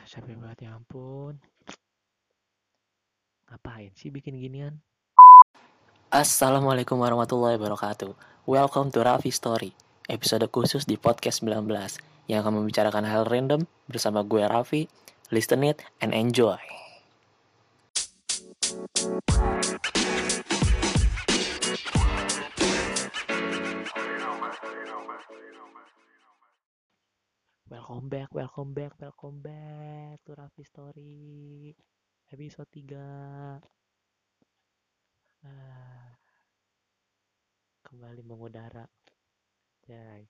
Capek banget ya ampun. Ngapain sih bikin ginian? Assalamualaikum warahmatullahi wabarakatuh. Welcome to Raffi Story, episode khusus di podcast 19 yang akan membicarakan hal random bersama gue Raffi. Listen it and enjoy. Welcome back to Raffi Story episode 3. Ah, kembali mengudara. Jay.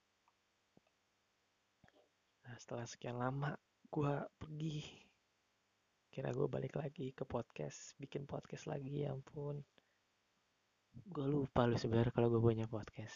Nah, setelah sekian lama gue pergi. Kira gue balik lagi ke podcast, bikin podcast lagi, ya ampun. Gue lupa lu sebenarnya kalau gue punya podcast.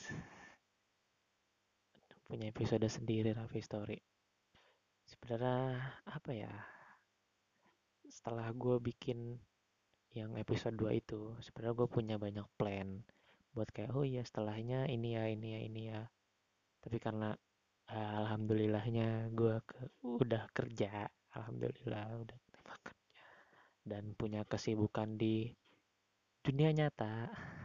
Punya episode sendiri Raffi Story. Sebenarnya apa ya? Setelah gue bikin yang episode 2 itu, sebenarnya gue punya banyak plan buat kayak oh iya setelahnya ini ya. Tapi karena alhamdulillahnya gue udah kerja, alhamdulillah udah makan dan punya kesibukan di dunia nyata.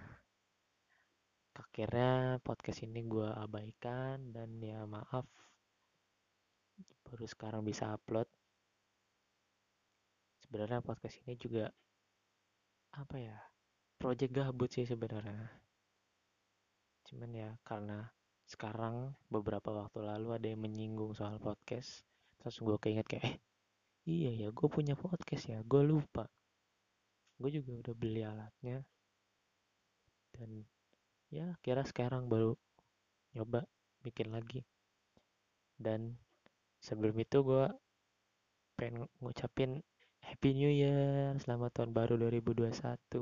Akhirnya podcast ini gue abaikan dan ya maaf baru sekarang bisa upload. Sebenarnya podcast ini juga apa ya? Project gabut sih sebenarnya. Cuman ya karena sekarang beberapa waktu lalu ada yang menyinggung soal podcast. Terus gue keinget kayak, iya ya gue punya podcast ya, gue lupa. Gue juga udah beli alatnya. Dan ya kira sekarang baru nyoba bikin lagi. Dan sebelum itu gue pengen ngucapin Happy New Year, selamat tahun baru 2021.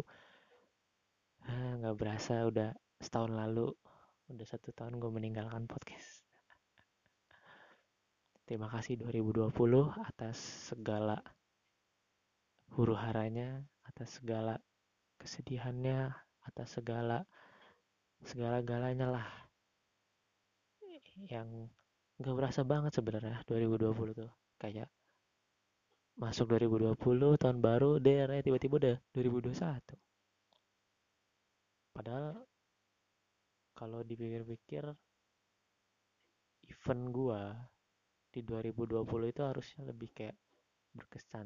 Nggak berasa udah setahun lalu, udah 1 tahun gue meninggalkan podcast. Terima kasih 2020 atas segala huru haranya, atas segala kesedihannya, atas segala-galanya lah yang nggak berasa banget sebenarnya 2020 tuh. Kayak masuk 2020 tahun baru deh tiba-tiba udah 2021. Padahal kalau dipikir-pikir event gua di 2020 itu harusnya lebih kayak berkesan.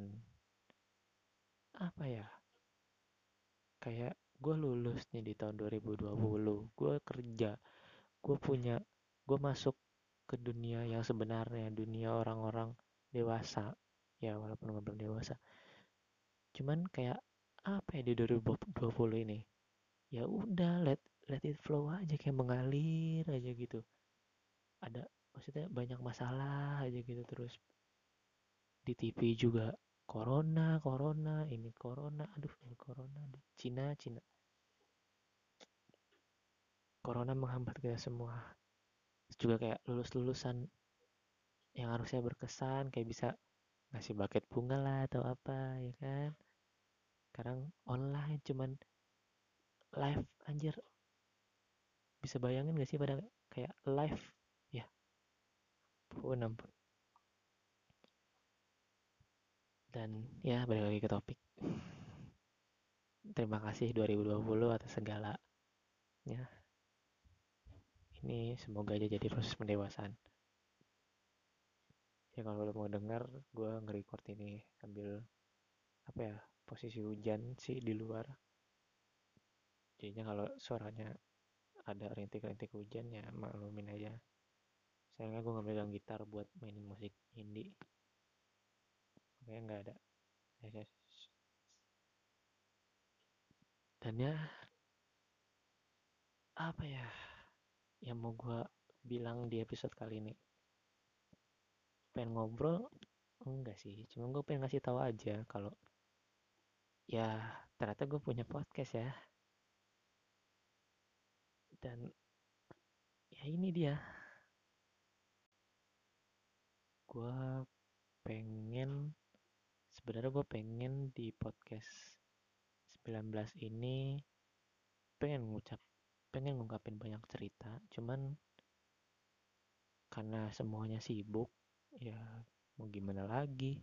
Apa ya? Kayak gue lulus nih di tahun 2020, gue kerja, gue masuk ke dunia yang sebenarnya, dunia orang-orang dewasa. Ya walaupun gue belum dewasa. Cuman kayak apa ya di 2020 ini? Ya udah let it flow aja kayak mengalir aja gitu. Ada maksudnya banyak masalah aja gitu terus di TV juga corona, ini corona, aduh ini corona, Cina. Corona menghambat kita semua. Terus juga kayak lulus-lulusan yang harusnya berkesan kayak bisa ngasih buket bunga lah atau apa ya kan. Sekarang online cuman live anjir. Bisa bayangin gak sih pada kayak live ya ampun. Dan ya balik lagi ke topik. Terima kasih 2020 atas segalanya. Ini semoga aja jadi proses pendewasaan. Ya kalau lo mau denger, gue nge-record ini sambil apa ya posisi hujan sih di luar. Jadinya kalau suaranya ada rintik-rintik hujan ya maklumin aja. Sayangnya gue nggak megang gitar buat mainin musik indie. Makanya nggak ada. Dan ya apa ya yang mau gue bilang di episode kali ini. Pengen ngobrol enggak sih, cuma gue pengen ngasih tahu aja kalau ya ternyata gue punya podcast ya. Dan ya ini dia, gue pengen sebenarnya gue pengen di podcast 19 ini pengen ngungkapin banyak cerita, cuman karena semuanya sibuk ya mau gimana lagi.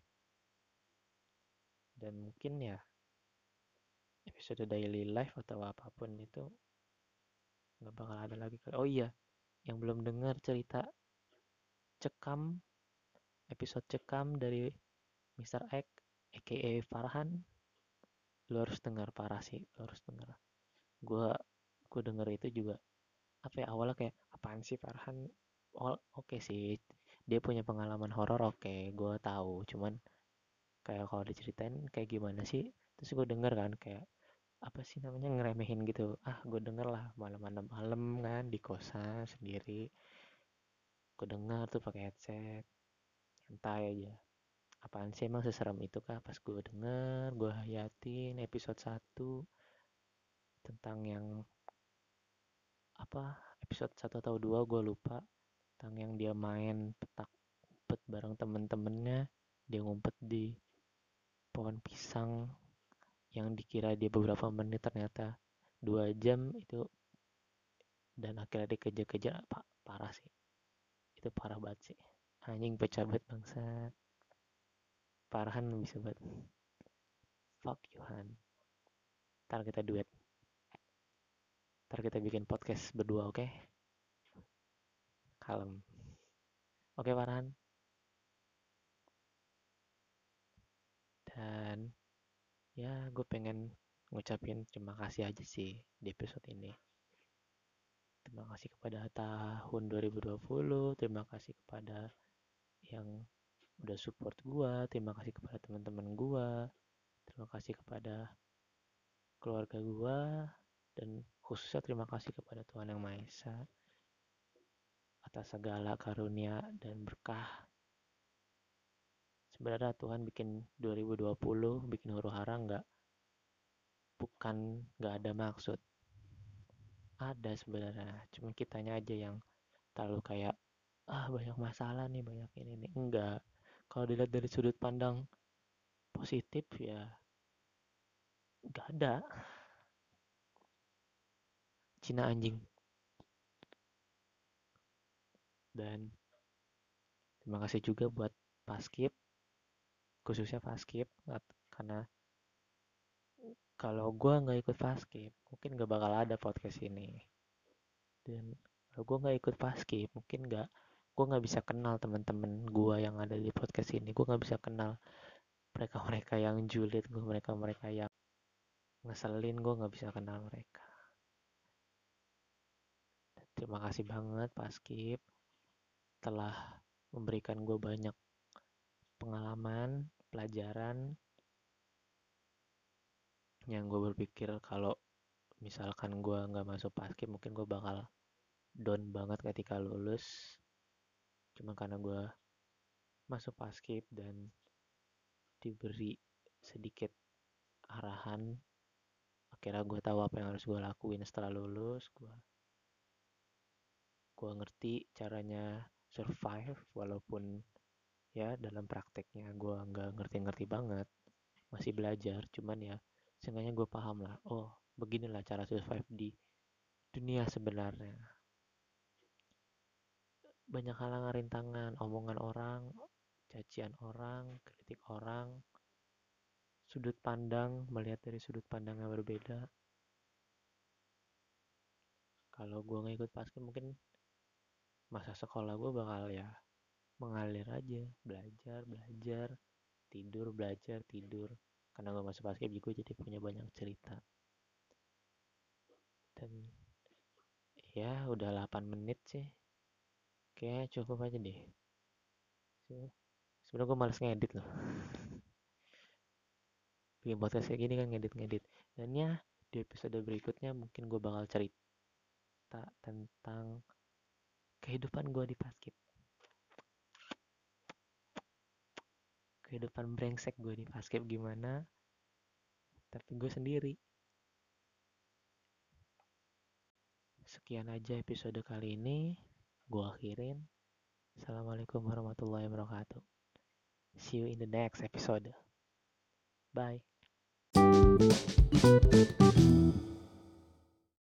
Dan mungkin ya episode daily life atau apapun itu nggak bakal ada lagi. Oh iya, yang belum dengar cerita cekam, episode cekam dari Mr. X aka Farhan, lu harus dengar, parah sih, lu harus dengar. Gue denger itu juga apa ya, awalnya kayak apaan sih Farhan. Oh, oke sih, dia punya pengalaman horor, oke gue tahu, cuman kayak kalau diceritain kayak gimana sih, terus gue denger kan kayak apa sih namanya, ngeremehin gitu. Gue denger lah, malam-malam kan di kosan sendiri, gue denger tuh pakai headset santai aja. Apaan sih, emang seserem itu kah? Pas gue denger, gue hayatin episode 1 tentang yang apa, episode 1 atau 2 gue lupa, tentang yang dia main petak umpet bareng temen-temennya, dia ngumpet di pohon pisang, yang dikira dia beberapa menit ternyata 2 jam itu, dan akhirnya dikejar-kejar. Parah sih, itu parah banget sih, anjing pecah banget bangsa, parahan bisa banget. Fuck you Han, ntar kita duet, ntar kita bikin podcast berdua, oke? Kalem, oke Farhan. Dan ya gue pengen ngucapin terima kasih aja sih di episode ini. Terima kasih kepada tahun 2020, terima kasih kepada yang udah support gue, terima kasih kepada teman-teman gue, terima kasih kepada keluarga gue, dan khususnya terima kasih kepada Tuhan Yang Maha Esa atas segala karunia dan berkah. Sebenarnya Tuhan bikin 2020, bikin huru-hara bukan nggak ada maksud. Ada sebenarnya, cuma kitanya aja yang terlalu kayak banyak masalah nih, banyak ini nih. Enggak. Kalau dilihat dari sudut pandang positif ya nggak ada. Cina anjing. Dan terima kasih juga buat Paskib, khususnya Paskib, karena kalau gue nggak ikut Paskib mungkin nggak bakal ada podcast ini. Dan kalau gue nggak ikut Paskib mungkin gue nggak bisa kenal teman-teman gue yang ada di podcast ini. Gue nggak bisa kenal mereka-mereka yang julid, gue mereka-mereka yang ngeselin, gue nggak bisa kenal mereka. Terima kasih banget Paskib telah memberikan gue banyak pengalaman, pelajaran, yang gue berpikir kalau misalkan gue nggak masuk Paskib mungkin gue bakal down banget ketika lulus. Cuma karena gue masuk Paskib dan diberi sedikit arahan, akhirnya gue tahu apa yang harus gue lakuin setelah lulus. Gue ngerti caranya survive, walaupun ya dalam prakteknya gue nggak ngerti-ngerti banget, masih belajar. Cuman ya seenggaknya gue paham lah, oh beginilah cara survive di dunia sebenarnya. Banyak halangan, rintangan, omongan orang, cacian orang, kritik orang, sudut pandang, melihat dari sudut pandang yang berbeda. Kalau gue nggak ikut basket mungkin masa sekolah gue bakal ya mengalir aja, belajar, belajar, tidur, belajar, tidur. Karena gue masuk basket juga jadi punya banyak cerita. Dan ya udah 8 menit sih. Kayaknya cukup aja deh. Sebenarnya gue males ngedit loh. Bikin podcast kayak gini kan ngedit-ngedit. Dan ya di episode berikutnya mungkin gue bakal cerita tentang kehidupan gue di basket. Kehidupan brengsek gue di basket gimana. Tapi gue sendiri. Sekian aja episode kali ini. Gue akhirin. Assalamualaikum warahmatullahi wabarakatuh. See you in the next episode. Bye.